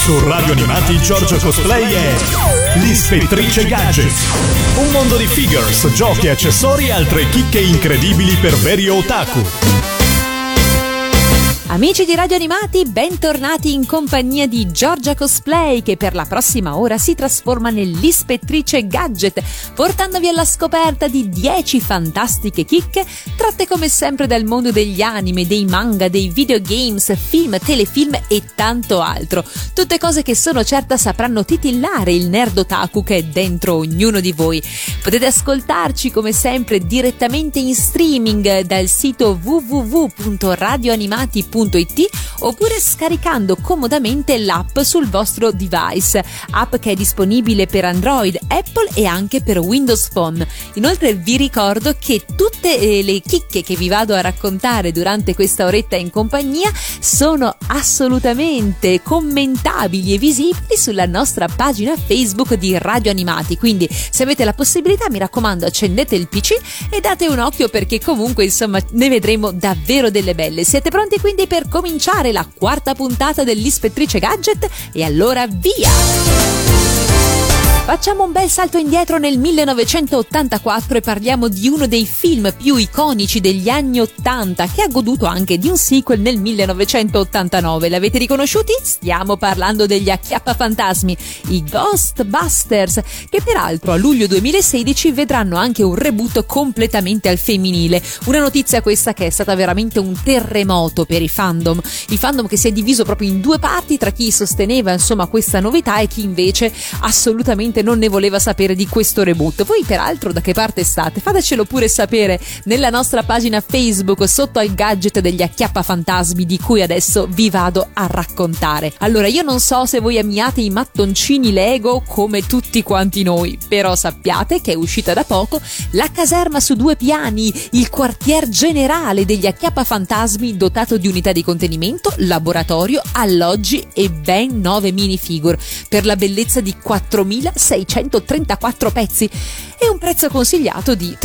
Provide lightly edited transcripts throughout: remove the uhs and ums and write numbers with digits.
Su Radio Animati Giorgio Cosplay è l'Ispettrice Gadget. Un mondo di figures, giochi, accessori e altre chicche incredibili per veri otaku. Amici di Radio Animati, bentornati in compagnia di Giorgia Cosplay, che per la prossima ora si trasforma nell'Ispettrice Gadget, portandovi alla scoperta di 10 fantastiche chicche tratte come sempre dal mondo degli anime, dei manga, dei videogames, film, telefilm e tanto altro. Tutte cose che sono certa sapranno titillare il nerd otaku che è dentro ognuno di voi. Potete ascoltarci come sempre direttamente in streaming dal sito www.radioanimati.it oppure scaricando comodamente l'app sul vostro device, app che è disponibile per Android, Apple e anche per Windows Phone. Inoltre vi ricordo che tutte le chicche che vi vado a raccontare durante questa oretta in compagnia sono assolutamente commentabili e visibili sulla nostra pagina Facebook di Radio Animati, quindi se avete la possibilità mi raccomando accendete il PC e date un occhio, perché comunque insomma ne vedremo davvero delle belle. Siete pronti quindi per cominciare la quarta puntata dell'Ispettrice Gadget? E allora via! Facciamo un bel salto indietro nel 1984 e parliamo di uno dei film più iconici degli anni 80, che ha goduto anche di un sequel nel 1989. L'avete riconosciuti? Stiamo parlando degli Acchiappafantasmi, i Ghostbusters, che peraltro a luglio 2016 vedranno anche un reboot completamente al femminile. Una notizia questa che è stata veramente un terremoto per il fandom che si è diviso proprio in due parti, tra chi sosteneva insomma questa novità e chi invece assolutamente non ne voleva sapere di questo reboot. Voi peraltro da che parte state? Fatecelo pure sapere nella nostra pagina Facebook sotto ai gadget degli Acchiappafantasmi di cui adesso vi vado a raccontare. Allora, io non so se voi amiate i mattoncini Lego come tutti quanti noi, però sappiate che è uscita da poco la caserma su 2 piani, il quartier generale degli Acchiappafantasmi, dotato di unità di contenimento, laboratorio, alloggi e ben 9 minifigure per la bellezza di 4.634 pezzi e un prezzo consigliato di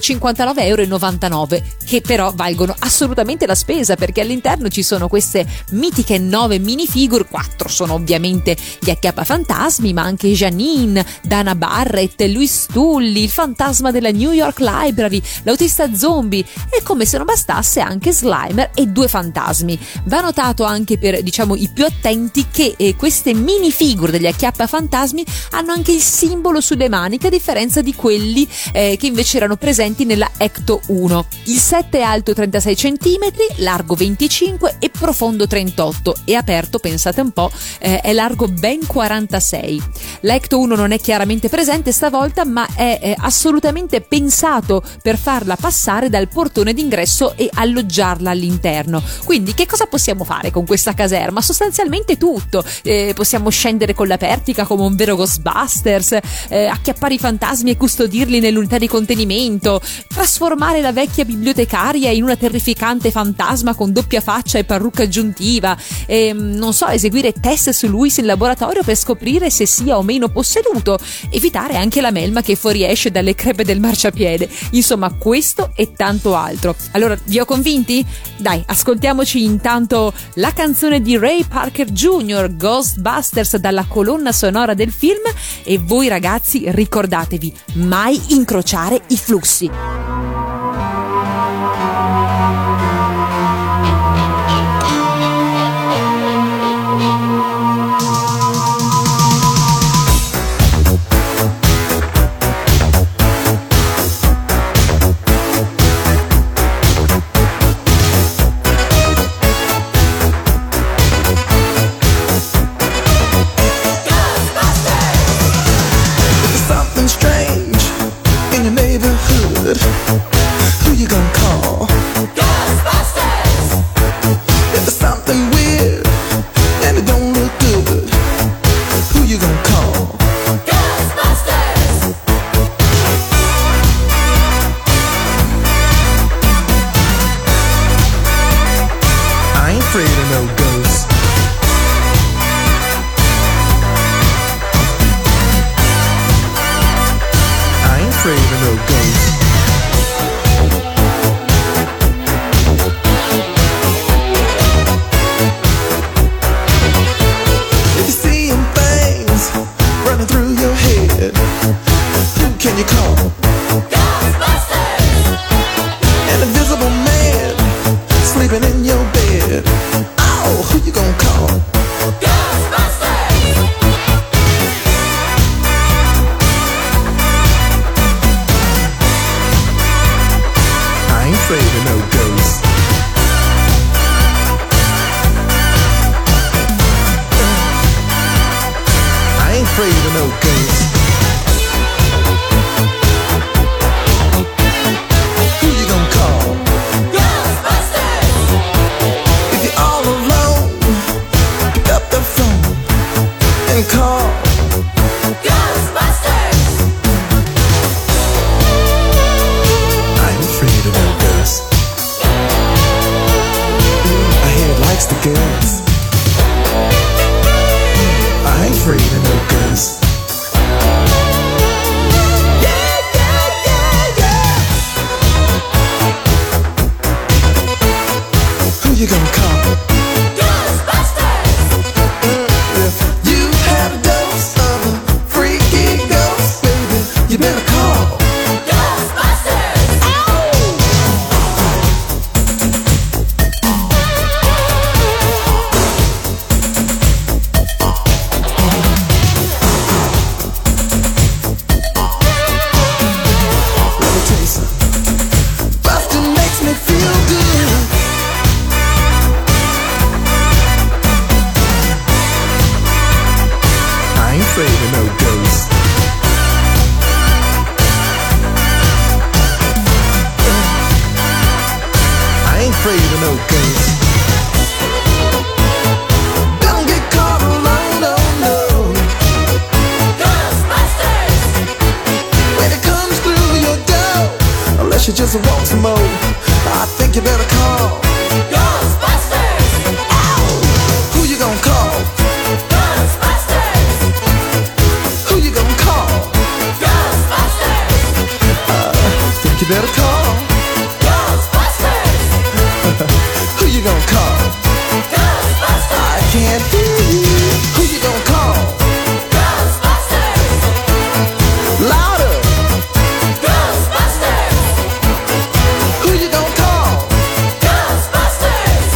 €359,99, che però valgono assolutamente la spesa, perché all'interno ci sono queste mitiche 9 minifigure. 4 sono ovviamente gli Acchiappafantasmi, ma anche Janine, Dana Barrett, Louis Tully, il fantasma della New York Library, l'autista zombie e, come se non bastasse, anche Slimer e 2 fantasmi. Va notato anche per, diciamo, i più attenti che queste minifigure degli Acchiappafantasmi hanno anche il simbolo sulle maniche, a differenza di quelli che invece erano presenti nella Ecto 1. Il set è alto 36 cm, largo 25 e profondo 38 e aperto, pensate un po', è largo ben 46. La Ecto 1 non è chiaramente presente stavolta, ma è assolutamente pensato per farla passare dal portone d'ingresso e alloggiarla all'interno. Quindi che cosa possiamo fare con questa caserma? Sostanzialmente tutto. Possiamo scendere con la pertica come un vero Ghostbusters, acchiappare i fantasmi e custodirli nell'unità di contenimento, trasformare la vecchia bibliotecaria in una terrificante fantasma con doppia faccia e parrucca aggiuntiva, non so, eseguire test su Luis in laboratorio per scoprire se sia o meno posseduto, evitare anche la melma che fuoriesce dalle crepe del marciapiede. Insomma, questo e tanto altro. Allora, vi ho convinti? Dai, ascoltiamoci intanto la canzone di Ray Parker Jr., Ghostbusters, dalla colonna sonora del film. E voi ragazzi, ricordatevi, mai incrociare i flussi. Strange in your neighborhood. you call? Ghostbusters! An invisible man sleeping in your bed. Oh, who you gonna call? Ghostbusters! I ain't afraid of no ghosts. I ain't afraid of no ghosts. Who you gonna call? Ghostbusters! If you're all alone, pick up the phone and call Ghostbusters! I ain't afraid of no ghosts. My head likes the girls. I ain't afraid of no ghosts. Who you gonna call? Ghostbusters! If you have a dose of a freaky ghost, baby, you better call Ghostbusters! Let me tell you something. Bustin' makes me feel good. I ain't afraid of no ghosts. I ain't afraid of no ghosts. Don't get caught alone, no, no. Ghostbusters! When it comes through your door, unless you just want some more, I think you better call Ghostbusters! Ow! Who you gonna call? Ghostbusters! Who you gonna call? Ghostbusters! Think you better call Ghostbusters! Who you gonna call? Ghostbusters! I can't hear you. Who you gonna call? Ghostbusters! Louder! Ghostbusters! Who you gonna call? Ghostbusters!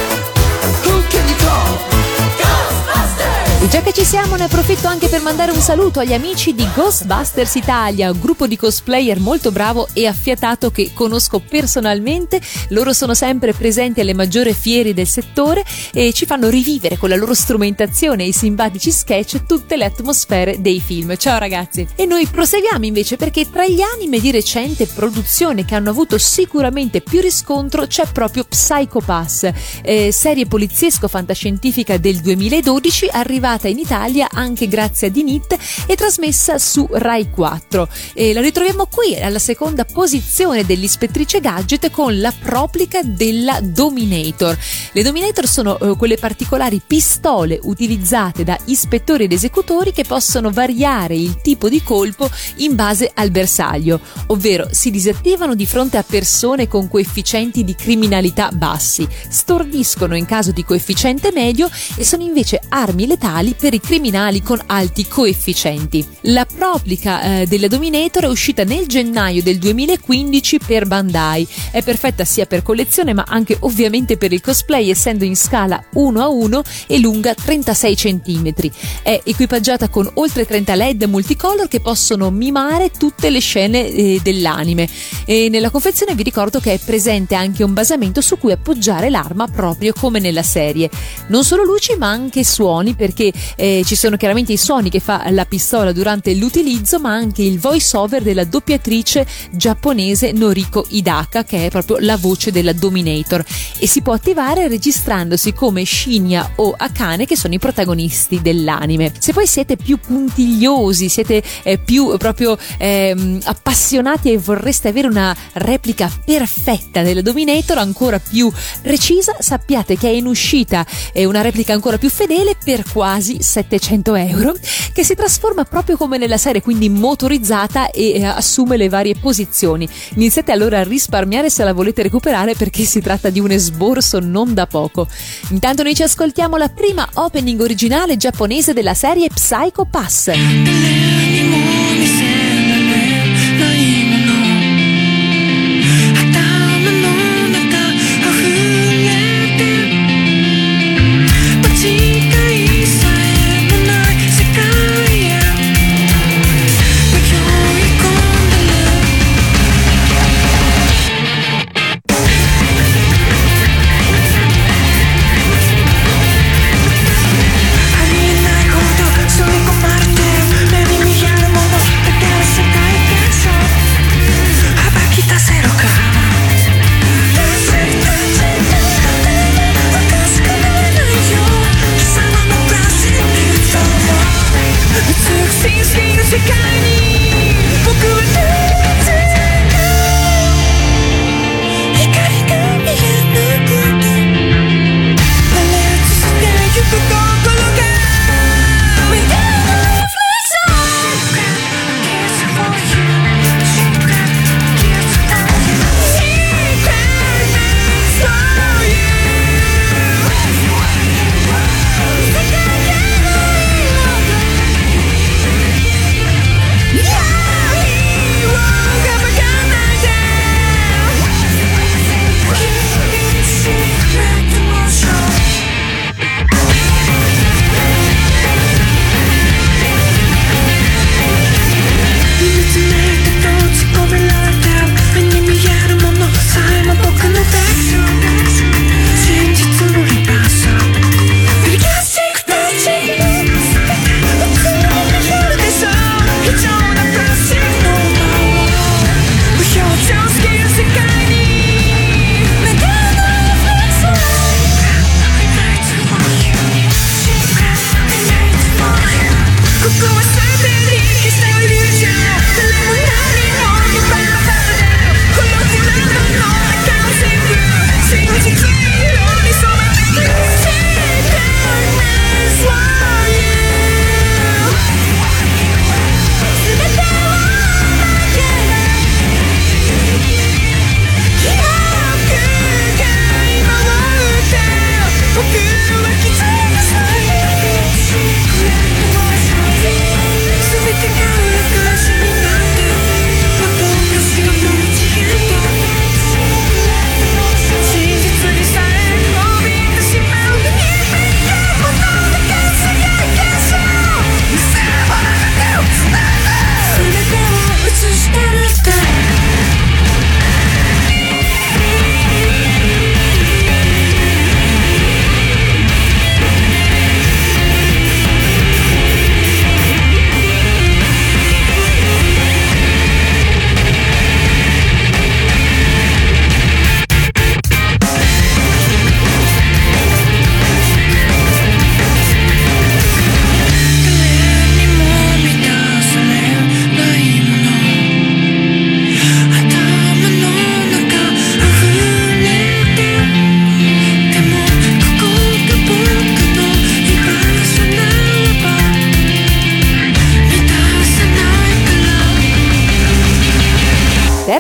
Who can you call? Ghostbusters! E già che ci siamo, ne approfitto anche per mandare un saluto agli amici di Ghostbusters Italia, un gruppo di cosplayer molto bravo e affiatato che conosco personalmente. Loro sono sempre presenti alle maggiori fiere del settore e ci fanno rivivere con la loro strumentazione e i simpatici sketch tutte le atmosfere dei film. Ciao ragazzi! E noi proseguiamo invece, perché tra gli anime di recente produzione che hanno avuto sicuramente più riscontro c'è proprio Psycho Pass, serie poliziesco-fantascientifica del 2012, arrivata in Italia anche grazie a Dinit e trasmessa su Rai 4. La ritroviamo qui alla seconda posizione dell'Ispettrice Gadget con la proplica della Dominator. Le Dominator sono quelle particolari pistole utilizzate da ispettori ed esecutori che possono variare il tipo di colpo in base al bersaglio, ovvero si disattivano di fronte a persone con coefficienti di criminalità bassi, stordiscono in caso di coefficiente medio e sono invece armi letali per i criminali con alti coefficienti. La proplica della Dominator è uscita nel gennaio del 2015 per Bandai. È perfetta sia per collezione ma anche ovviamente per il cosplay, essendo in scala 1:1 e lunga 36 cm. È equipaggiata con oltre 30 LED multicolor che possono mimare tutte le scene dell'anime. E nella confezione vi ricordo che è presente anche un basamento su cui appoggiare l'arma, proprio come nella serie. Non solo luci ma anche suoni, perché ci sono chiaramente i suoni che fa la pistola durante l'utilizzo, ma anche il voice over della doppiatrice giapponese Noriko Hidaka, che è proprio la voce della Dominator, e si può attivare registrandosi come Shinya o Akane, che sono i protagonisti dell'anime. Se poi siete più puntigliosi, siete più proprio appassionati e vorreste avere una replica perfetta della Dominator, ancora più precisa, sappiate che è in uscita una replica ancora più fedele per quasi 700 euro, che si trasforma proprio come nella serie, quindi motorizzata, e assume le varie posizioni. Iniziate allora a risparmiare se la volete recuperare, perché si tratta di un esborso non da poco. Intanto noi ci ascoltiamo la prima opening originale giapponese della serie Psycho Pass.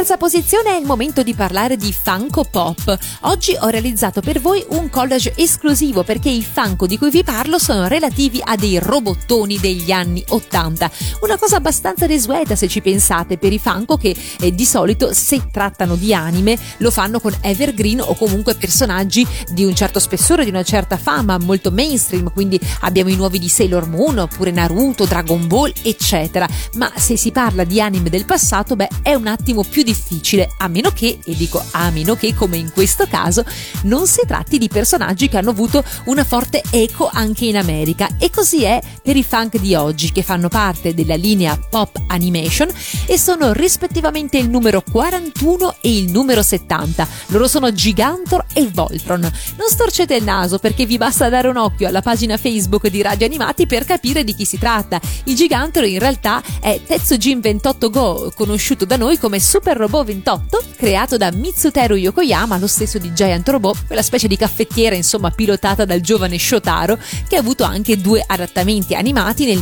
terza posizione è il momento di parlare di Funko Pop. Oggi ho realizzato per voi un collage esclusivo perché i Funko di cui vi parlo sono relativi a dei robottoni degli anni 80. Una cosa abbastanza desueta se ci pensate per i Funko che di solito se trattano di anime lo fanno con evergreen o comunque personaggi di un certo spessore, di una certa fama, molto mainstream, quindi abbiamo i nuovi di Sailor Moon oppure Naruto, Dragon Ball eccetera, ma se si parla di anime del passato è un attimo più difficile, a meno che, e dico a meno che come in questo caso, non si tratti di personaggi che hanno avuto una forte eco anche in America, e così è per i Funk di oggi che fanno parte della linea Pop Animation e sono rispettivamente il numero 41 e il numero 70. Loro sono Gigantor e Voltron. Non storcete il naso perché vi basta dare un occhio alla pagina Facebook di Radio Animati per capire di chi si tratta. Il Gigantor in realtà è Tetsujin 28 Go, conosciuto da noi come Super Robot 28, creato da Mitsuteru Yokoyama, lo stesso di Giant Robot, quella specie di caffettiera insomma pilotata dal giovane Shotaro, che ha avuto anche 2 adattamenti animati nel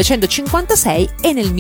1956 e nel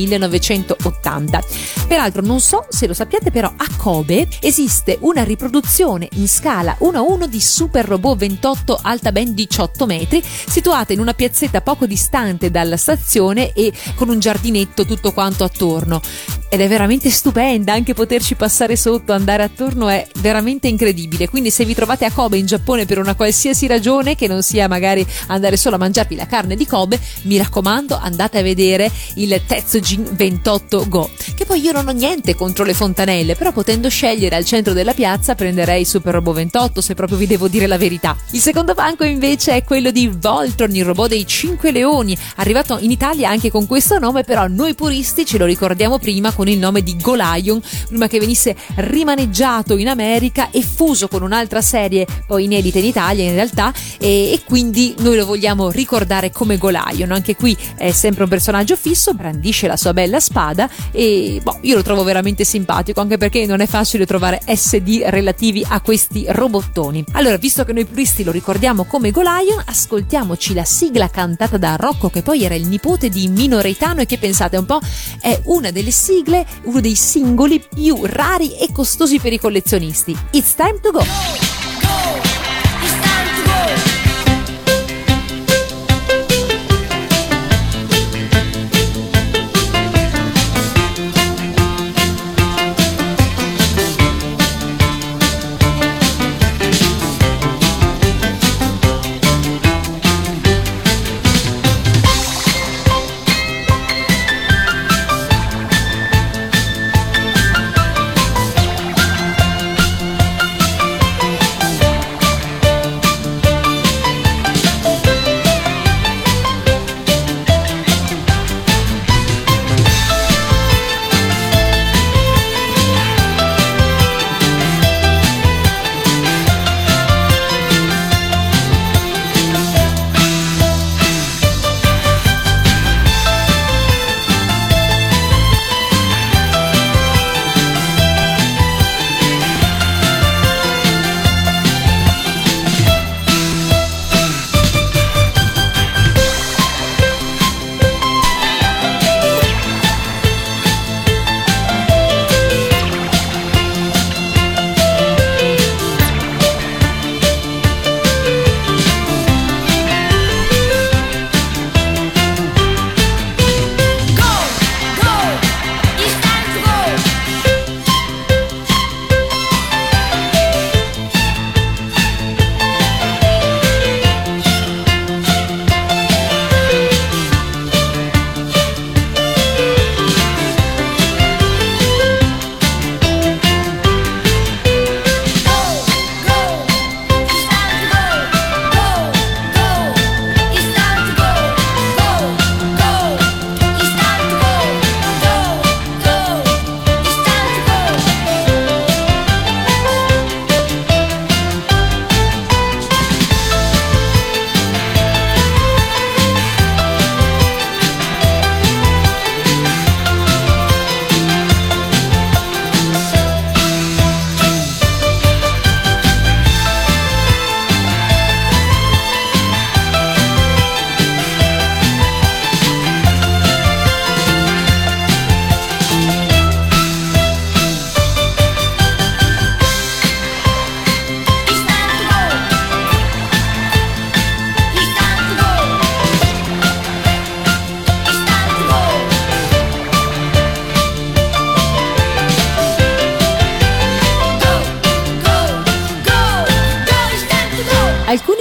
1980. Peraltro non so se lo sappiate, però a Kobe esiste una riproduzione in scala 1:1 di Super Robot 28 alta ben 18 metri, situata in una piazzetta poco distante dalla stazione e con un giardinetto tutto quanto attorno. Ed è veramente stupenda, anche poterci passare sotto, andare attorno è veramente incredibile. Quindi se vi trovate a Kobe in Giappone per una qualsiasi ragione, che non sia magari andare solo a mangiarvi la carne di Kobe, mi raccomando andate a vedere il Tetsujin 28 Go. Che poi io non ho niente contro le fontanelle, però potendo scegliere al centro della piazza prenderei Super Robot 28, se proprio vi devo dire la verità. Il secondo banco invece è quello di Voltron, il robot dei 5 leoni, arrivato in Italia anche con questo nome, però noi puristi ce lo ricordiamo prima con il nome di Golion, prima che venisse rimaneggiato in America e fuso con un'altra serie poi inedita in Italia in realtà, e quindi noi lo vogliamo ricordare come Golion. Anche qui è sempre un personaggio fisso, brandisce la sua bella spada e io lo trovo veramente simpatico, anche perché non è facile trovare SD relativi a questi robottoni. Allora, visto che noi puristi lo ricordiamo come Golion, ascoltiamoci la sigla cantata da Rocco, che poi era il nipote di Mino Reitano e che, pensate un po', è una delle sigle, uno dei singoli più rari e costosi per i collezionisti. It's time to go!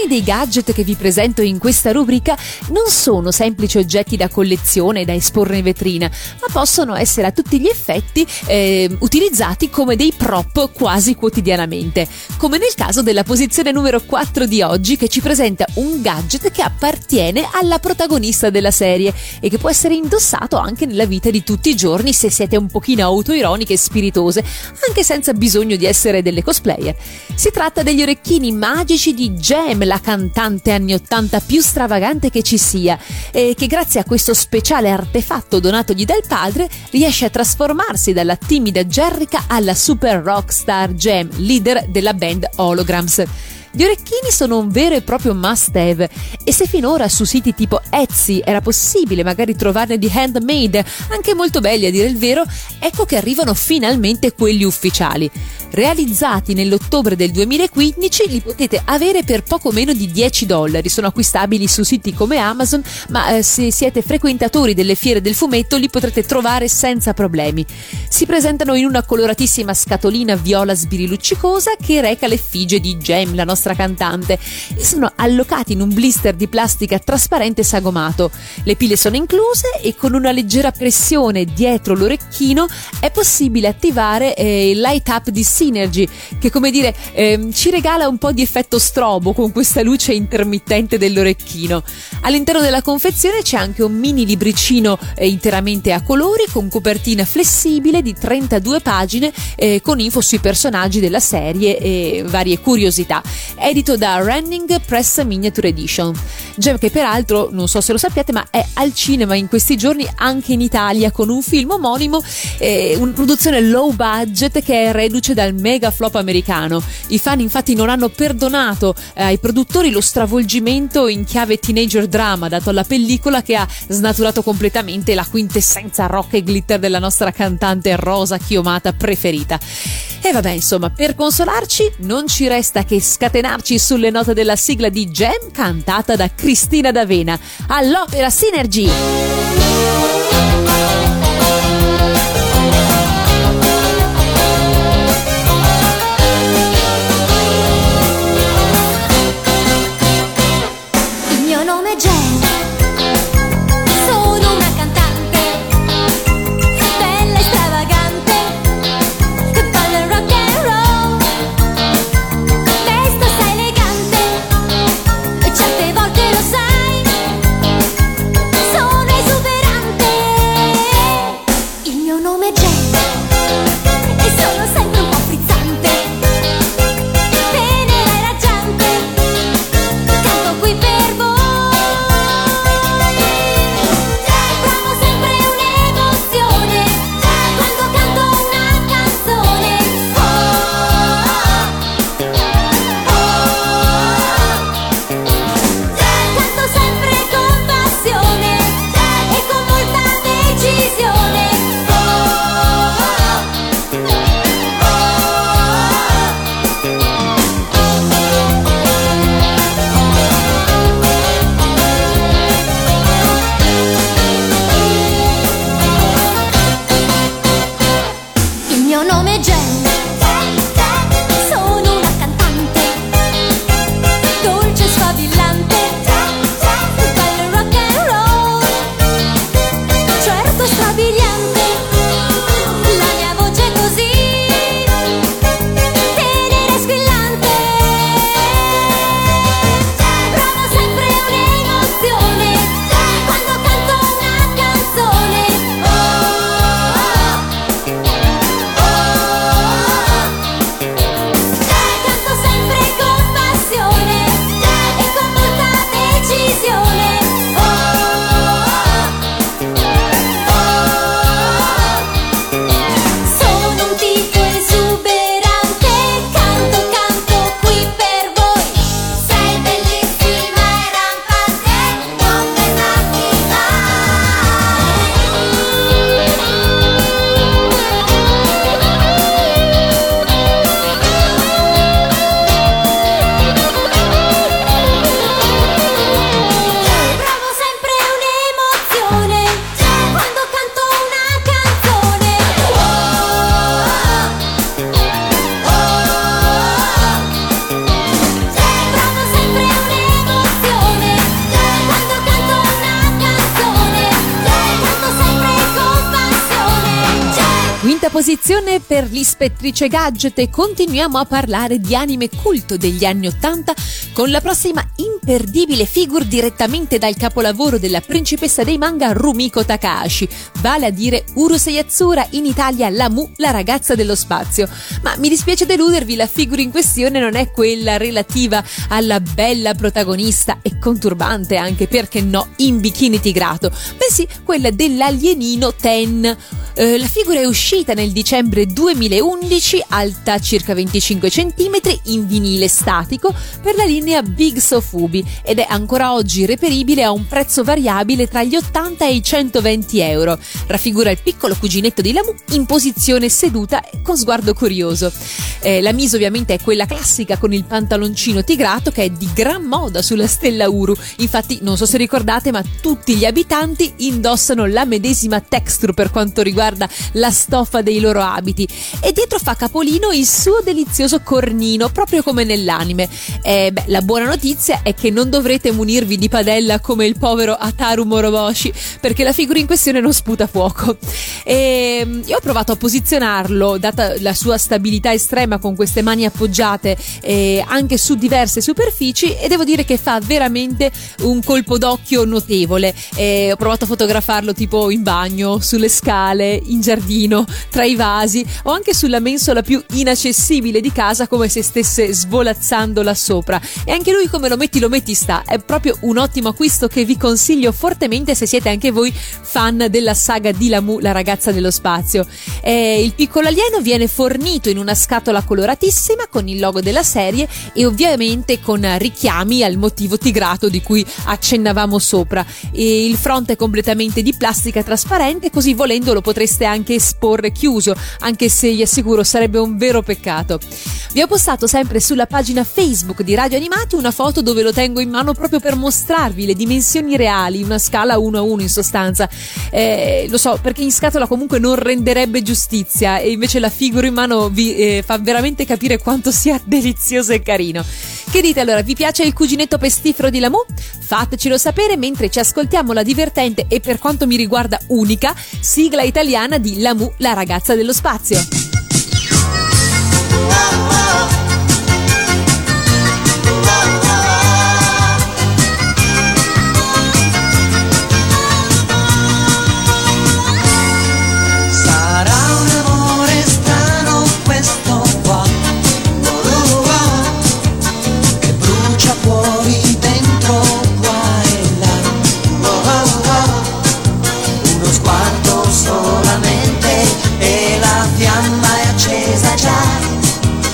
dei gadget che vi presento in questa rubrica non sono semplici oggetti da collezione da esporre in vetrina, ma possono essere a tutti gli effetti utilizzati come dei prop quasi quotidianamente, come nel caso della posizione numero 4 di oggi, che ci presenta un gadget che appartiene alla protagonista della serie e che può essere indossato anche nella vita di tutti i giorni se siete un pochino autoironiche e spiritose, anche senza bisogno di essere delle cosplayer. Si tratta degli orecchini magici di Gem, la cantante anni 80 più stravagante che ci sia, e che grazie a questo speciale artefatto donatogli dal padre riesce a trasformarsi dalla timida Jerrica alla super rockstar Gem, leader della band Holograms. Gli orecchini sono un vero e proprio must have, e se finora su siti tipo Etsy era possibile magari trovarne di handmade, anche molto belli a dire il vero, ecco che arrivano finalmente quelli ufficiali. Realizzati nell'ottobre del 2015, li potete avere per poco meno di $10. Sono acquistabili su siti come Amazon, ma se siete frequentatori delle fiere del fumetto li potrete trovare senza problemi. Si presentano in una coloratissima scatolina viola sbiriluccicosa che reca l'effigie di Gem, la nostra cantante, e sono allocati in un blister di plastica trasparente sagomato. Le pile sono incluse e con una leggera pressione dietro l'orecchino è possibile attivare il light up di Synergy, che come dire ci regala un po' di effetto strobo con questa luce intermittente dell'orecchino. All'interno della confezione c'è anche un mini libricino interamente a colori con copertina flessibile di 32 pagine con info sui personaggi della serie e varie curiosità, edito da Running Press Miniature Edition. Gem, che peraltro, non so se lo sappiate, ma è al cinema in questi giorni anche in Italia con un film omonimo, una produzione low budget che è reduce dal mega flop americano. I fan infatti non hanno perdonato ai produttori lo stravolgimento in chiave teenager drama dato alla pellicola, che ha snaturato completamente la quintessenza rock e glitter della nostra cantante rosa chiomata preferita. E vabbè, insomma, per consolarci non ci resta che scatenarci sulle note della sigla di Gem cantata da Cristina D'Avena. All'opera Synergy! Il mio nome è Gem, sono una cantante, bella e stravagante, che balla il rock and roll, vesto sei elegante, e certe volte lo sai, sono esuberante, posizione per l'Ispettrice Gadget e continuiamo a parlare di anime culto degli anni '80 con la prossima imperdibile figure direttamente dal capolavoro della principessa dei manga Rumiko Takahashi, vale a dire Urusei Yatsura, in Italia Lamu, la ragazza dello spazio. Ma mi dispiace deludervi, la figura in questione non è quella relativa alla bella protagonista e conturbante anche, perché no, in bikini tigrato, bensì quella dell'alienino Ten. La figura è uscita nel dicembre 2011, alta circa 25 cm, in vinile statico per la linea Big Sofubi ed è ancora oggi reperibile a un prezzo variabile tra gli 80 e i 120 euro. Raffigura il piccolo cuginetto di Lamu in posizione seduta con sguardo curioso. La mise ovviamente è quella classica con il pantaloncino tigrato che è di gran moda sulla stella Uru. Infatti non so se ricordate, ma tutti gli abitanti indossano la medesima texture per quanto riguarda la stoffa dei loro abiti, e dietro fa capolino il suo delizioso cornino proprio come nell'anime. La buona notizia è che non dovrete munirvi di padella come il povero Ataru Moroboshi, perché la figura in questione non sputa fuoco. Io ho provato a posizionarlo, data la sua stabilità estrema con queste mani appoggiate anche su diverse superfici, e devo dire che fa veramente un colpo d'occhio notevole. Ho provato a fotografarlo tipo in bagno, sulle scale, in giardino, tra i vasi o anche sulla mensola più inaccessibile di casa, come se stesse svolazzando là sopra, e anche lui come lo metti sta. È proprio un ottimo acquisto che vi consiglio fortemente se siete anche voi fan della saga di Lamu, la ragazza dello spazio. Il piccolo alieno viene fornito in una scatola coloratissima con il logo della serie e ovviamente con richiami al motivo tigrato di cui accennavamo sopra. Il fronte è completamente di plastica trasparente, così volendo lo potreste anche esporre chiuso, anche se vi assicuro sarebbe un vero peccato. Vi ho postato sempre sulla pagina Facebook di Radio Animati una foto dove lo tengo in mano proprio per mostrarvi le dimensioni reali, una scala 1:1 in sostanza. Lo so, perché in scatola comunque non renderebbe giustizia, e invece la figura in mano vi fa veramente capire quanto sia delizioso e carino. Che dite allora, vi piace il cuginetto pestifero di Lamu? Fatecelo sapere mentre ci ascoltiamo la divertente e, per quanto mi riguarda, unica sigla italiana di Lamu, la ragazza dello spazio. Sarà un amore strano questo qua, che brucia fuori, dentro, qua e là. Uno sguardo solamente e la fiamma è accesa già.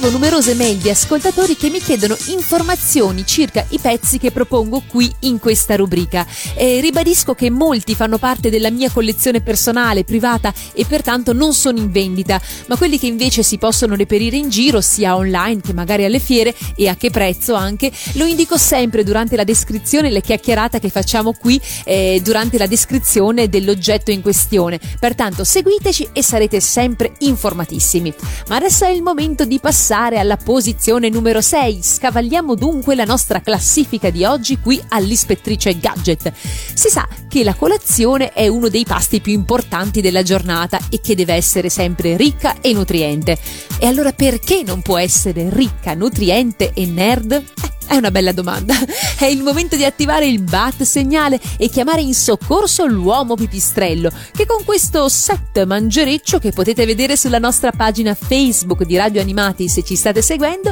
ricevo numerose mail di ascoltatori che mi chiedono informazioni circa i pezzi che propongo qui in questa rubrica. Ribadisco che molti fanno parte della mia collezione personale, privata, e pertanto non sono in vendita, ma quelli che invece si possono reperire in giro, sia online che magari alle fiere, e a che prezzo anche, lo indico sempre durante la descrizione, la chiacchierata che facciamo qui durante la descrizione dell'oggetto in questione. Pertanto seguiteci e sarete sempre informatissimi. Ma adesso è il momento di passare alla posizione numero 6. Scavalliamo dunque la nostra classifica di oggi qui all'Ispettrice Gadget. Si sa che la colazione è uno dei pasti più importanti della giornata e che deve essere sempre ricca e nutriente. E allora perché non può essere ricca, nutriente e nerd? È una bella domanda. È il momento di attivare il BAT segnale e chiamare in soccorso l'uomo pipistrello, che con questo set mangereccio che potete vedere sulla nostra pagina Facebook di Radio Animati, se ci state seguendo,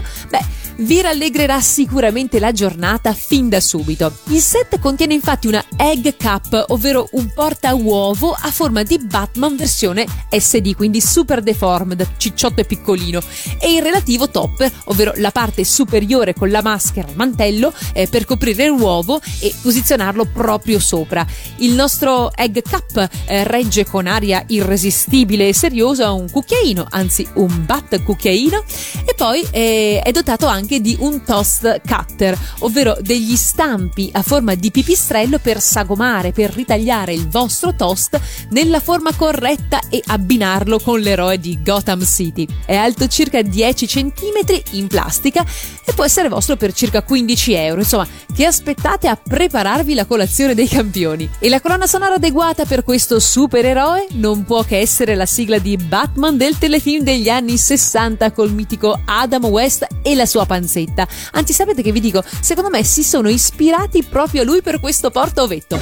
vi rallegrerà sicuramente la giornata fin da subito. Il set contiene infatti una Egg Cup, ovvero un porta uovo a forma di Batman versione SD, quindi super deformed, cicciotto e piccolino, e il relativo topper, ovvero la parte superiore con la maschera al mantello per coprire l'uovo e posizionarlo proprio sopra. Il nostro Egg Cup regge con aria irresistibile e seriosa un cucchiaino, anzi un bat cucchiaino, e poi è dotato anche di un toast cutter, ovvero degli stampi a forma di pipistrello per sagomare, per ritagliare il vostro toast nella forma corretta e abbinarlo con l'eroe di Gotham City. È alto circa 10 cm in plastica e può essere vostro per circa 15 euro. Insomma, che aspettate a prepararvi la colazione dei campioni? E la colonna sonora adeguata per questo supereroe non può che essere la sigla di Batman del telefilm degli anni 60 col mitico Adam West e la sua panzetta. Anzi, sapete che vi dico? Secondo me si sono ispirati proprio a lui per questo porta ovetto.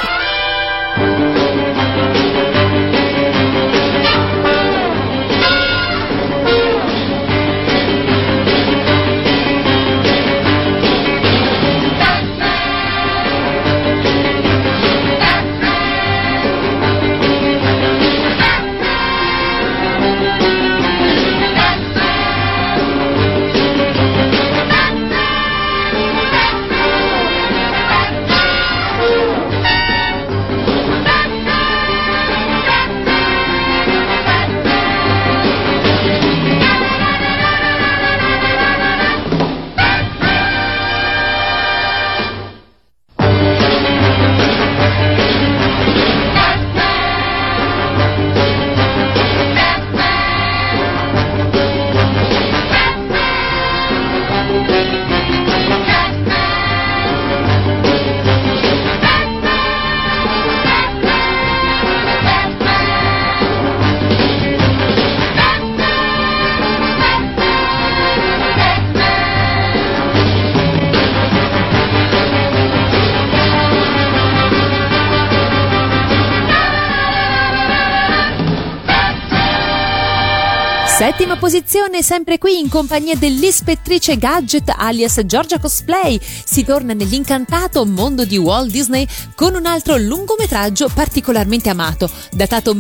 Settima posizione, sempre qui in compagnia dell'Ispettrice Gadget alias Giorgia Cosplay. Si torna nell'incantato mondo di Walt Disney con un altro lungometraggio particolarmente amato. Datato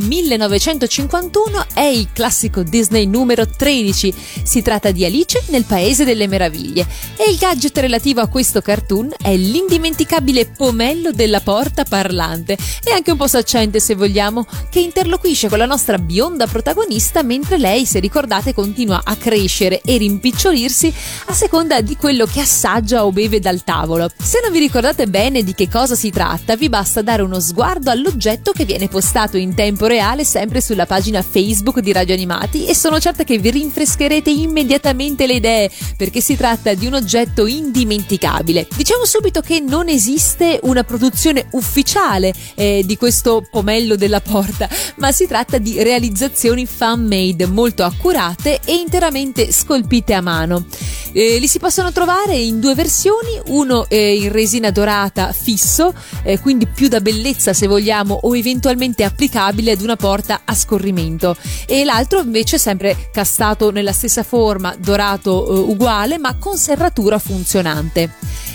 1951, è il classico Disney numero 13. Si tratta di Alice nel Paese delle Meraviglie. E il gadget relativo a questo cartoon è l'indimenticabile pomello della porta parlante, e anche un po' saccente se vogliamo, che interloquisce con la nostra bionda protagonista mentre lei, se ricordate, continua a crescere e rimpicciolirsi a seconda di quello che assaggia o beve dal tavolo. Se non vi ricordate bene di che cosa si tratta, vi basta dare uno sguardo all'oggetto che viene postato in tempo reale sempre sulla pagina Facebook di Radio Animati, e sono certa che vi rinfrescherete immediatamente le idee, perché si tratta di un oggetto indimenticabile. Diciamo subito che non esiste una produzione ufficiale di questo pomello della porta, ma si tratta di realizzazioni fan-made molto accurate e interamente scolpite a mano. Li si possono trovare in due versioni, uno in resina dorata fisso, quindi più da bellezza se vogliamo, o eventualmente applicabile ad una porta a scorrimento, e l'altro invece sempre castato nella stessa forma, dorato uguale ma con serratura funzionante.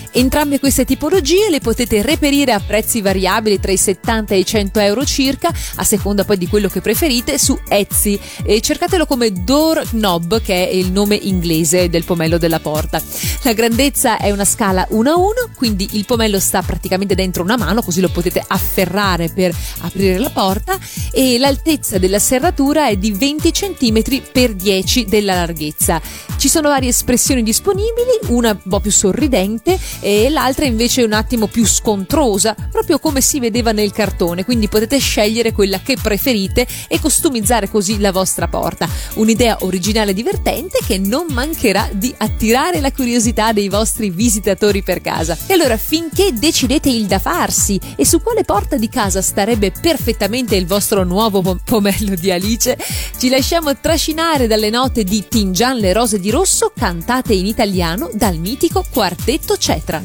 Entrambe queste tipologie le potete reperire a prezzi variabili tra i 70 e i 100 euro circa, a seconda poi di quello che preferite, su Etsy, e cercatelo come Door Knob, che è il nome inglese del pomello della porta. La grandezza è una scala 1:1, quindi il pomello sta praticamente dentro una mano, così lo potete afferrare per aprire la porta, e l'altezza della serratura è di 20 cm per 10 della larghezza. Ci sono varie espressioni disponibili, una un po' più sorridente e l'altra invece un attimo più scontrosa, proprio come si vedeva nel cartone, quindi potete scegliere quella che preferite e customizzare così la vostra porta. Un'idea originale e divertente che non mancherà di attirare la curiosità dei vostri visitatori per casa. E allora, finché decidete il da farsi e su quale porta di casa starebbe perfettamente il vostro nuovo pomello di Alice, ci lasciamo trascinare dalle note di Tingian le rose di rosso, cantate in italiano dal mitico Quartetto Cetra.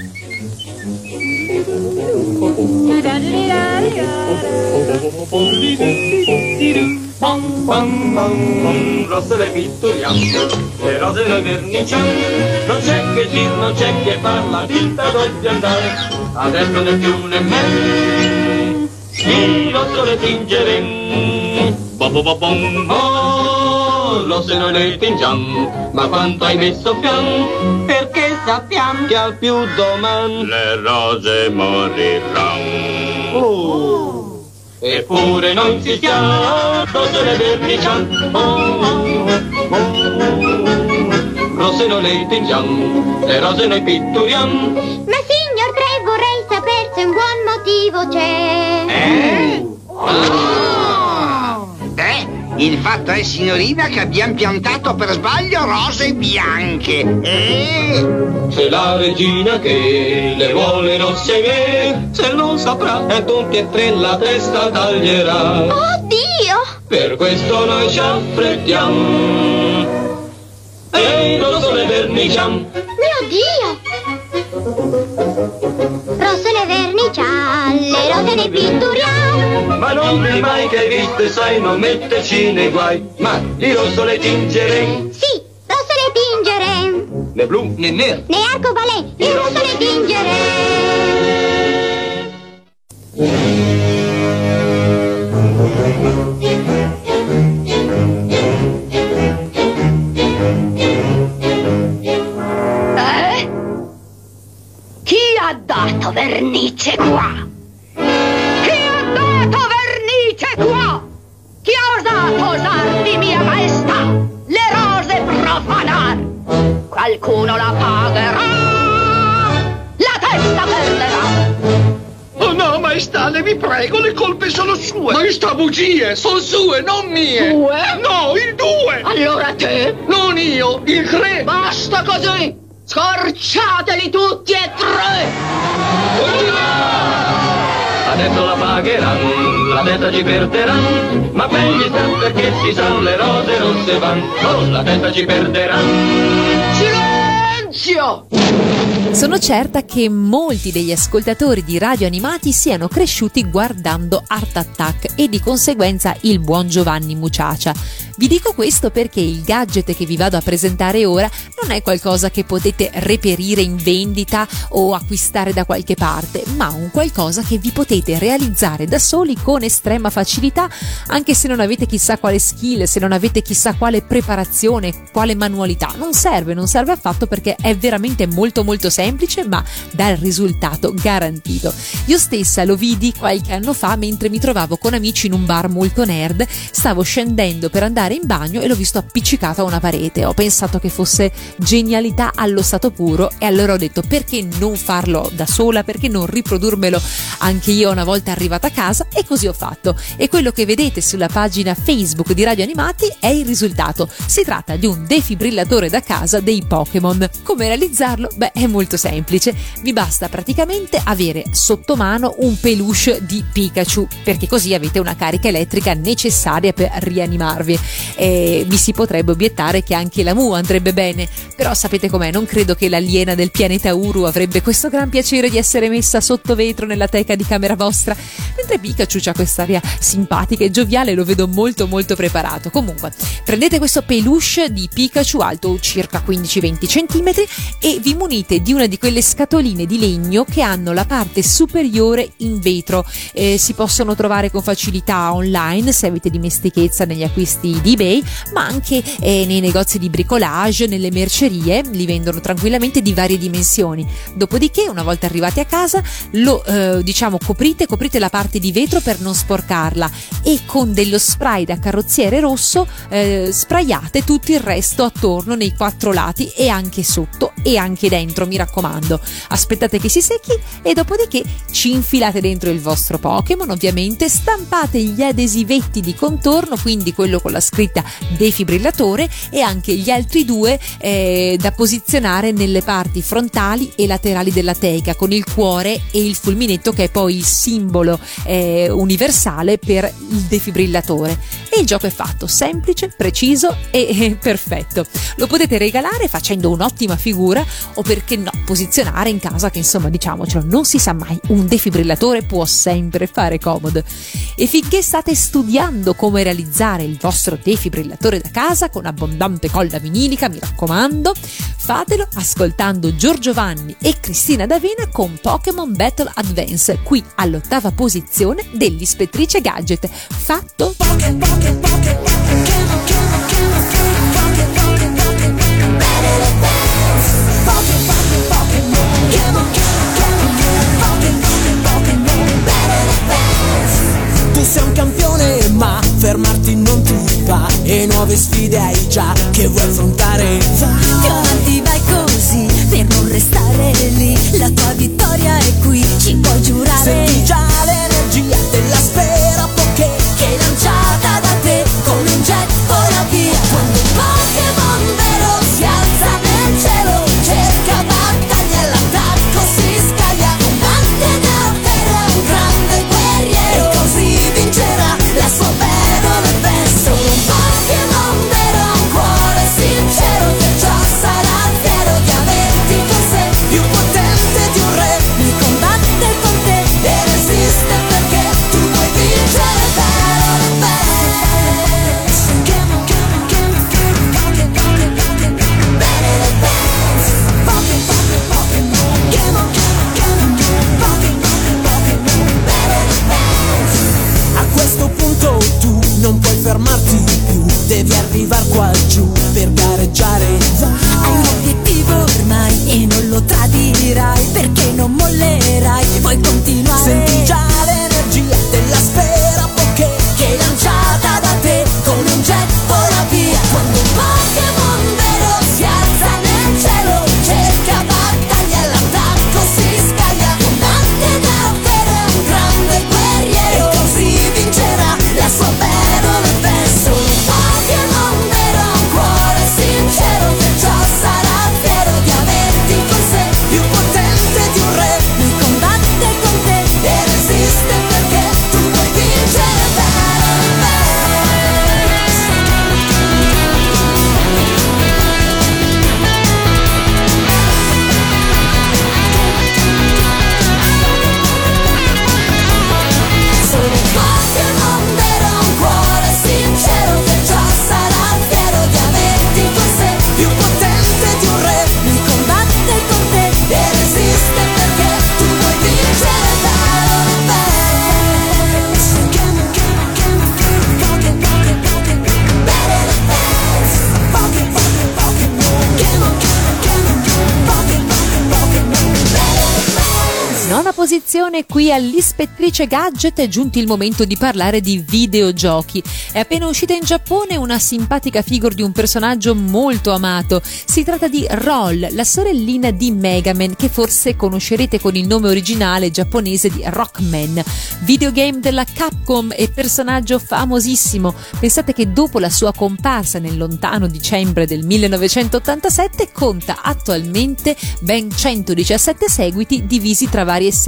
Rosse le pitturiamo, le rose noi verniciamo, non c'è che dir, non c'è che far, la vita dobbia andare, adesso né più né meno, di rosso le tingeremo, rosse noi le tingiamo, ma quanto hai messo fiam, perché sappiamo che al più domani le rose moriranno. Eppure noi insistiamo, rose le verniciamo, rosse noi le tingiamo, le rose noi pitturiamo. Ma signor Tre, vorrei saper se un buon motivo c'è. Il fatto è, signorina, che abbiamo piantato per sbaglio rose bianche. C'è la regina che le vuole rosse me, se lo saprà a tutti e tre la testa taglierà. Oddio! Per questo noi ci affrettiamo e rosse le verniciamo. Mio Dio! Rosse le verniciamo, le rose ne pitturiamo. Ma non mi mai che hai visto e sai non metterci nei guai, ma di rosso le tingeremo. Sì, rosse le tingeremo. Né blu né nero, Ne arcobaleno, di rosso le tingeremo. Chi ha dato vernice qua? Chi ha dato vernice qua? Chi ha osato osar di mia maestà le rose profanar? Qualcuno la pagherà, la testa perderà. Oh no, maestà, vi prego, le colpe sono sue. Maestà, bugie, sono sue, non mie. Due? No, il 2. Allora te? Non io, il 3. Basta così! Scorciateli tutti e tre! adesso la pagheranno, la testa ci perderanno, ma meglio sta perché si sa le rose rosse van, oh, la testa ci perderanno. Silenzio! Sono certa che molti degli ascoltatori di Radio Animati siano cresciuti guardando Art Attack e di conseguenza il buon Giovanni Muciacia. Vi dico questo perché il gadget che vi vado a presentare ora non è qualcosa che potete reperire in vendita o acquistare da qualche parte, ma un qualcosa che vi potete realizzare da soli con estrema facilità, anche se non avete chissà quale skill, se non avete chissà quale preparazione, quale manualità. Non serve affatto, perché è veramente molto semplice, ma dà il risultato garantito. Io stessa lo vidi qualche anno fa mentre mi trovavo con amici in un bar molto nerd. Stavo scendendo per andare in bagno e l'ho visto appiccicato a una parete. Ho pensato che fosse genialità allo stato puro e allora ho detto: perché non farlo da sola, perché non riprodurmelo anche io una volta arrivata a casa? E così ho fatto, e quello che vedete sulla pagina Facebook di Radio Animati è il risultato. Si tratta di un defibrillatore da casa dei Pokémon. Come realizzarlo? Beh, è molto semplice, vi basta praticamente avere sotto mano un peluche di Pikachu, perché così avete una carica elettrica necessaria per rianimarvi. Vi si potrebbe obiettare che anche la Mu andrebbe bene, però sapete com'è, non credo che l'aliena del pianeta Uru avrebbe questo gran piacere di essere messa sotto vetro nella teca di camera vostra, mentre Pikachu c'ha quest'aria simpatica e gioviale, lo vedo molto molto preparato. Comunque, prendete questo peluche di Pikachu alto circa 15-20 cm e vi munite di una di quelle scatoline di legno che hanno la parte superiore in vetro. Si possono trovare con facilità online se avete dimestichezza negli acquisti di eBay, ma anche nei negozi di bricolage, nelle mercerie, li vendono tranquillamente di varie dimensioni. Dopodiché, una volta arrivati a casa, lo coprite la parte di vetro per non sporcarla e con dello spray da carrozziere rosso sprayate tutto il resto attorno nei 4 lati e anche sotto e anche dentro, mi raccomando. Aspettate che si secchi e dopodiché ci infilate dentro il vostro Pokémon, ovviamente stampate gli adesivetti di contorno, quindi quello con la scritta defibrillatore e anche gli altri 2 da posizionare nelle parti frontali e laterali della teca, con il cuore e il fulminetto che è poi il simbolo universale per il defibrillatore. E il gioco è fatto, semplice, preciso e perfetto. Lo potete regalare facendo un'ottima figura o, perché no, posizionare in casa, che insomma, diciamocelo, non si sa mai, un defibrillatore può sempre fare comodo. E finché state studiando come realizzare il vostro defibrillatore da casa con abbondante colla vinilica, mi raccomando, fatelo ascoltando Giorgio Vanni e Cristina D'Avena con Pokémon Battle Advance, qui all'8ª posizione dell'Ispettrice Gadget. Fatto? Tu sei un campione ma fermarti non ti va, e nuove sfide hai già che vuoi affrontare. Più avanti vai così per non restare lì, la tua vittoria è qui, ci puoi giurare. Senti già l'energia della sfera Poké che lanciata da te come un jet vola via. Quando il Pokémon vero si alza nel cielo, cerca battaglia e l'attacco si scaglia. Combatte da terra un grande guerriero e così vincerà la sua Battle Advance. Solo un Pokémon vero ha un cuore sincero, perciò sarà fiero di averti con sé. più potente di un re, Mi combatte con te e resiste perché tu vuoi vincere Battle Advance. A questo punto tu non puoi fermarti più, devi arrivare qua giù per gareggiare. Hai un obiettivo ormai e non lo tradirai, perché non mollerai, vuoi continuare. Senti già l'energia della sfera Poké Che lanciata da te come un jet vola via. Quando un Pokémon vero si alza nel cielo, cerca battaglia e l'attacco si scaglia. Combatte davvero è un grande guerriero e così vincerà la sua Battle Advance. Solo un Pokémon vero ha un cuore sincero, perciò sarà fiero di averti con sé. più potente di un re, Mi combatte con te e resiste perché tu vuoi vincere Battle Advance. Solo un Pokémon vero ha un cuore sincero, perciò sarà fiero di averti con sé. più potente di un re, Mi combatte con te e resiste perché tu vuoi vincere Battle Advance. Nona posizione qui all'Ispettrice Gadget. È giunto il momento di parlare di videogiochi. È appena uscita in Giappone una simpatica figure di un personaggio molto amato. Si tratta di Roll, la sorellina di Mega Man, che forse conoscerete con il nome originale giapponese di Rockman. Videogame della Capcom e personaggio famosissimo. Pensate che dopo la sua comparsa nel lontano dicembre del 1987 conta attualmente ben 117 seguiti divisi tra varie serie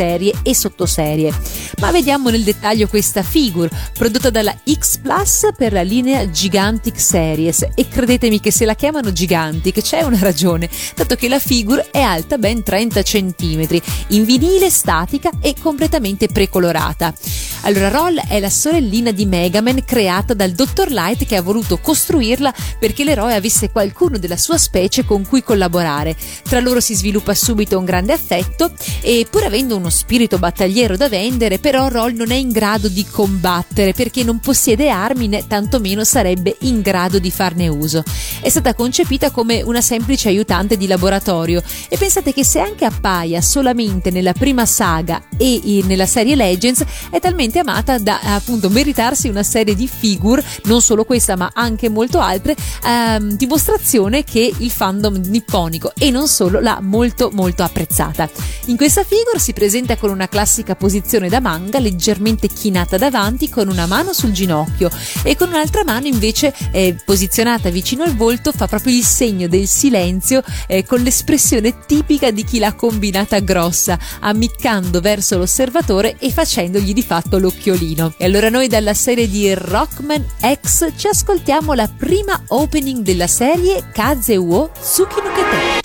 serie e sottoserie. Ma vediamo nel dettaglio questa figure, prodotta dalla X Plus per la linea Gigantic Series, e credetemi che se la chiamano Gigantic c'è una ragione, dato che la figure è alta ben 30 cm, in vinile, statica e completamente precolorata. Allora, Roll è la sorellina di Mega Man, creata dal Dr. Light, che ha voluto costruirla perché l'eroe avesse qualcuno della sua specie con cui collaborare. Tra loro si sviluppa subito un grande affetto e, pur avendo uno spirito battagliero da vendere, però Roll non è in grado di combattere perché non possiede armi né tantomeno sarebbe in grado di farne uso. È stata concepita come una semplice aiutante di laboratorio, e pensate che se anche appaia solamente nella prima saga e nella serie Legends, è talmente amata da appunto meritarsi una serie di figure, non solo questa ma anche molto altre, dimostrazione che il fandom nipponico e non solo l'ha molto apprezzata. In questa figure si presenta con una classica posizione da manga, leggermente chinata davanti, con una mano sul ginocchio e con un'altra mano invece posizionata vicino al volto, fa proprio il segno del silenzio, con l'espressione tipica di chi l'ha combinata grossa, ammiccando verso l'osservatore e facendogli di fatto l'occhiolino. E allora noi dalla serie di Rockman X ci ascoltiamo la prima opening della serie, Kaze wo Tsuki no Kete.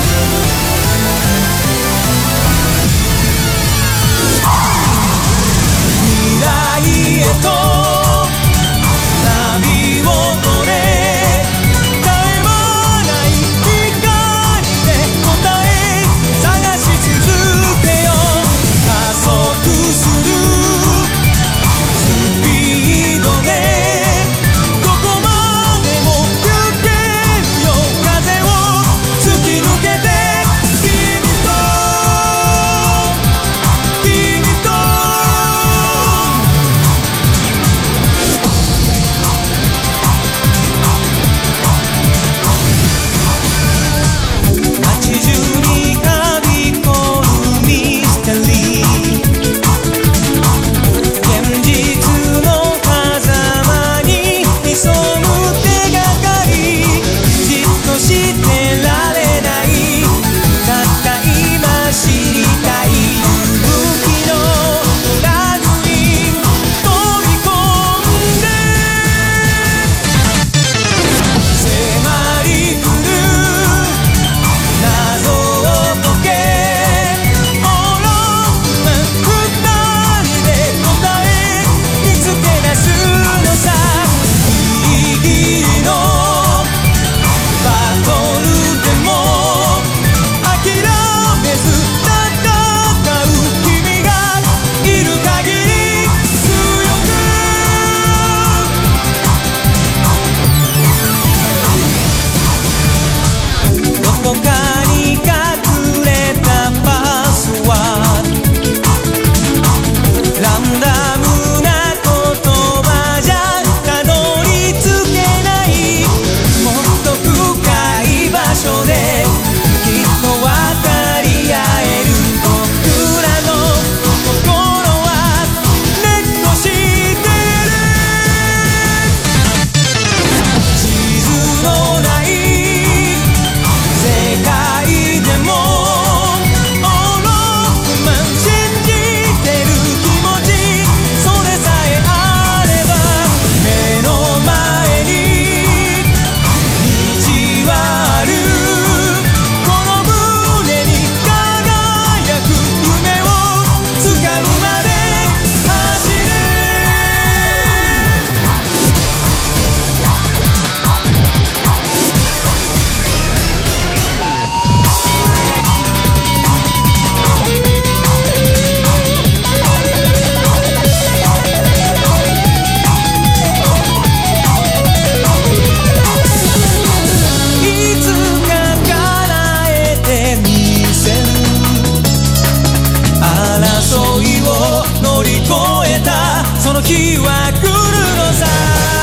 日は来るのさ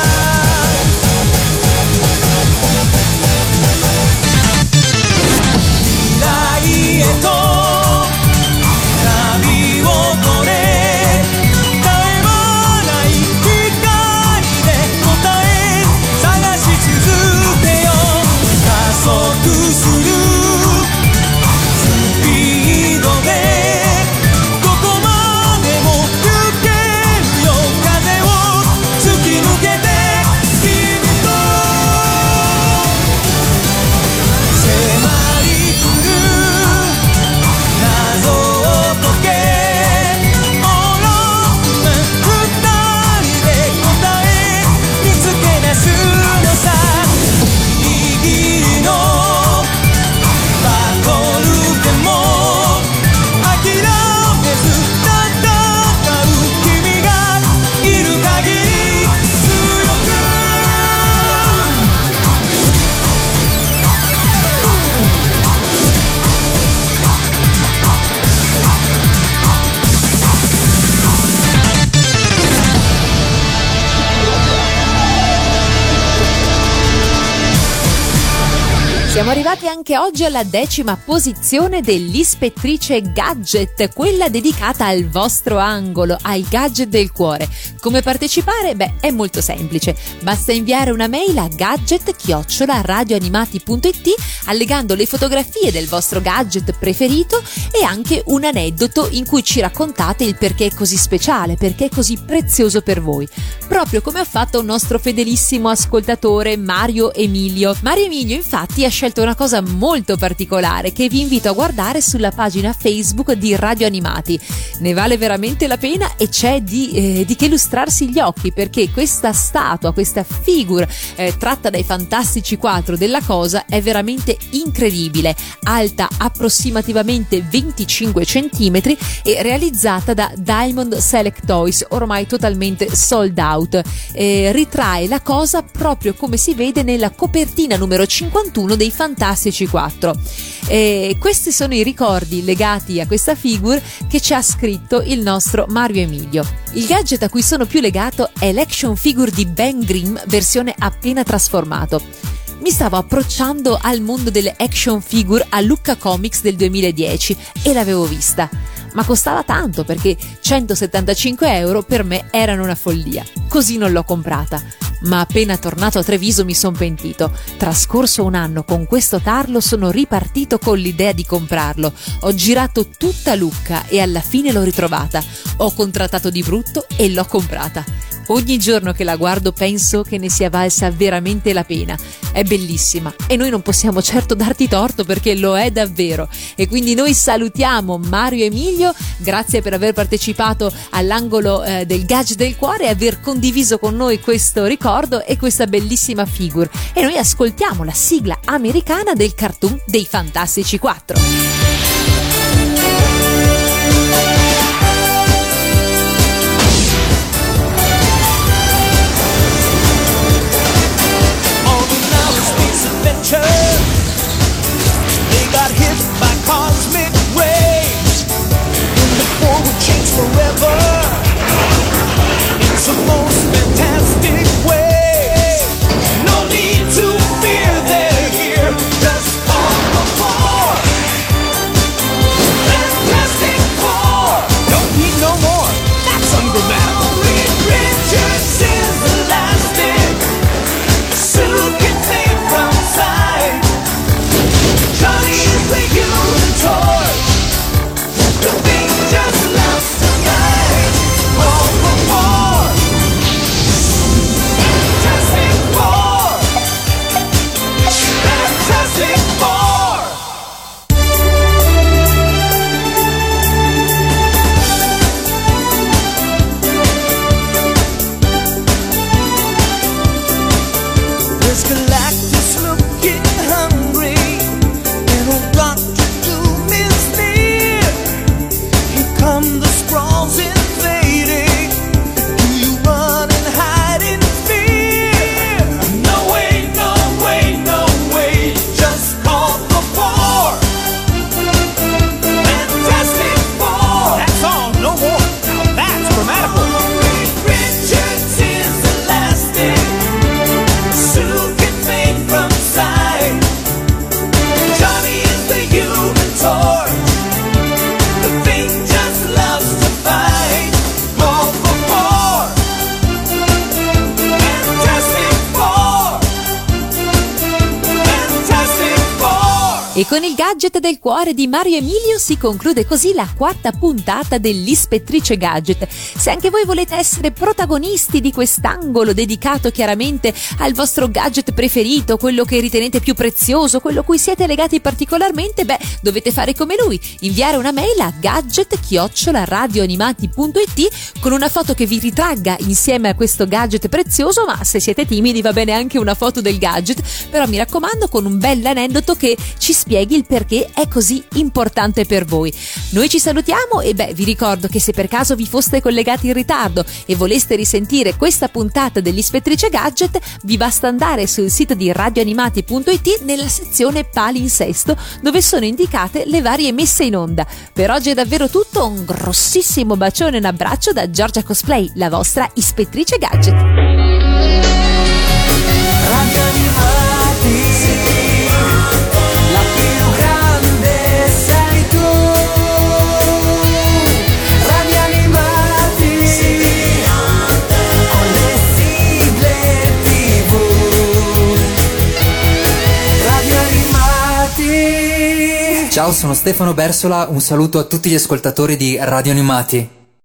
未来へと旅をこれ絶え間ない光で答え探し続けよ加速するスピードでど Siamo arrivati anche oggi alla 10ª posizione dell'Ispettrice Gadget, quella dedicata al vostro angolo, ai gadget del cuore. Come partecipare? Beh, è molto semplice. Basta inviare una mail a gadget@radioanimati.it allegando le fotografie del vostro gadget preferito e anche un aneddoto in cui ci raccontate il perché è così speciale, perché è così prezioso per voi. Proprio come ha fatto un nostro fedelissimo ascoltatore Mario Emilio. Mario Emilio infatti ha scelto una cosa molto particolare che vi invito a guardare sulla pagina Facebook di Radio Animati. Ne vale veramente la pena e c'è di che lustrarsi gli occhi, perché questa statua, questa figure tratta dai Fantastici 4 della cosa è veramente incredibile, alta approssimativamente 25 cm e realizzata da Diamond Select Toys, ormai totalmente sold out. Ritrae la cosa proprio come si vede nella copertina numero 51 dei Fantastici 4. Questi sono i ricordi legati a questa figure che ci ha scritto il nostro Mario Emilio. Il gadget a cui sono più legato è l'action figure di Ben Grimm versione appena trasformato. Mi stavo approcciando al mondo delle action figure a Lucca Comics del 2010 e l'avevo vista, ma costava tanto perché 175 euro per me erano una follia, così non l'ho comprata. Ma appena tornato a Treviso mi son pentito. Trascorso un anno con questo tarlo sono ripartito con l'idea di comprarlo. Ho girato tutta Lucca e alla fine l'ho ritrovata. Ho contrattato di brutto e l'ho comprata. Ogni giorno che la guardo penso che ne sia valsa veramente la pena. È bellissima e noi non possiamo certo darti torto perché lo è davvero. E quindi noi salutiamo Mario Emilio, grazie per aver partecipato all'angolo del gadget del cuore e aver condiviso con noi questo ricordo e questa bellissima figure. E noi ascoltiamo la sigla americana del cartoon dei Fantastici 4. They got hit by cosmic rays, and the world changed forever in some most fantastic way. No need to fear, they're here, just on the floor. Fantastic Four, don't need no more, that's ungrammatical. Reed Richards is elastic, suit gets made from side. Johnny is the human torch, the thing just loves to fight. All for war, Fantastic Four, Fantastic Four. There's Galactus looking hungry, and old Dr. Doom is near. Here come the Skrulls invading. Do you run and hide in fear? No way, no way, no way. Just call the Four. Fantastic Four. That's all, no more. Now that's grammatical. Reed Richards is elastic, suit gets made from side. Johnny is the human torch, the thing just loves to fight. Call for more, Fantastic Four, Fantastic Four. E con il gadget del cuore di Mario Emilio si conclude così la 4ª puntata dell'Ispettrice Gadget. Se anche voi volete essere protagonisti di quest'angolo dedicato chiaramente al vostro gadget preferito, quello che ritenete più prezioso, quello a cui siete legati particolarmente, beh, dovete fare come lui, inviare una mail a gadget@radioanimati.it con una foto che vi ritragga insieme a questo gadget prezioso, ma se siete timidi va bene anche una foto del gadget, però mi raccomando con un bel aneddoto che ci spieghi il perché è così importante per voi. Noi ci salutiamo e vi ricordo che se per caso vi foste collegati in ritardo e voleste risentire questa puntata dell'Ispettrice Gadget, vi basta andare sul sito di radioanimati.it nella sezione palinsesto dove sono indicate le varie messe in onda. Per oggi è davvero tutto, un grossissimo bacione e un abbraccio da Giorgia Cosplay, la vostra Ispettrice Gadget. Radio Animati. Ciao, sono Stefano Bersola, un saluto a tutti gli ascoltatori di Radio Animati.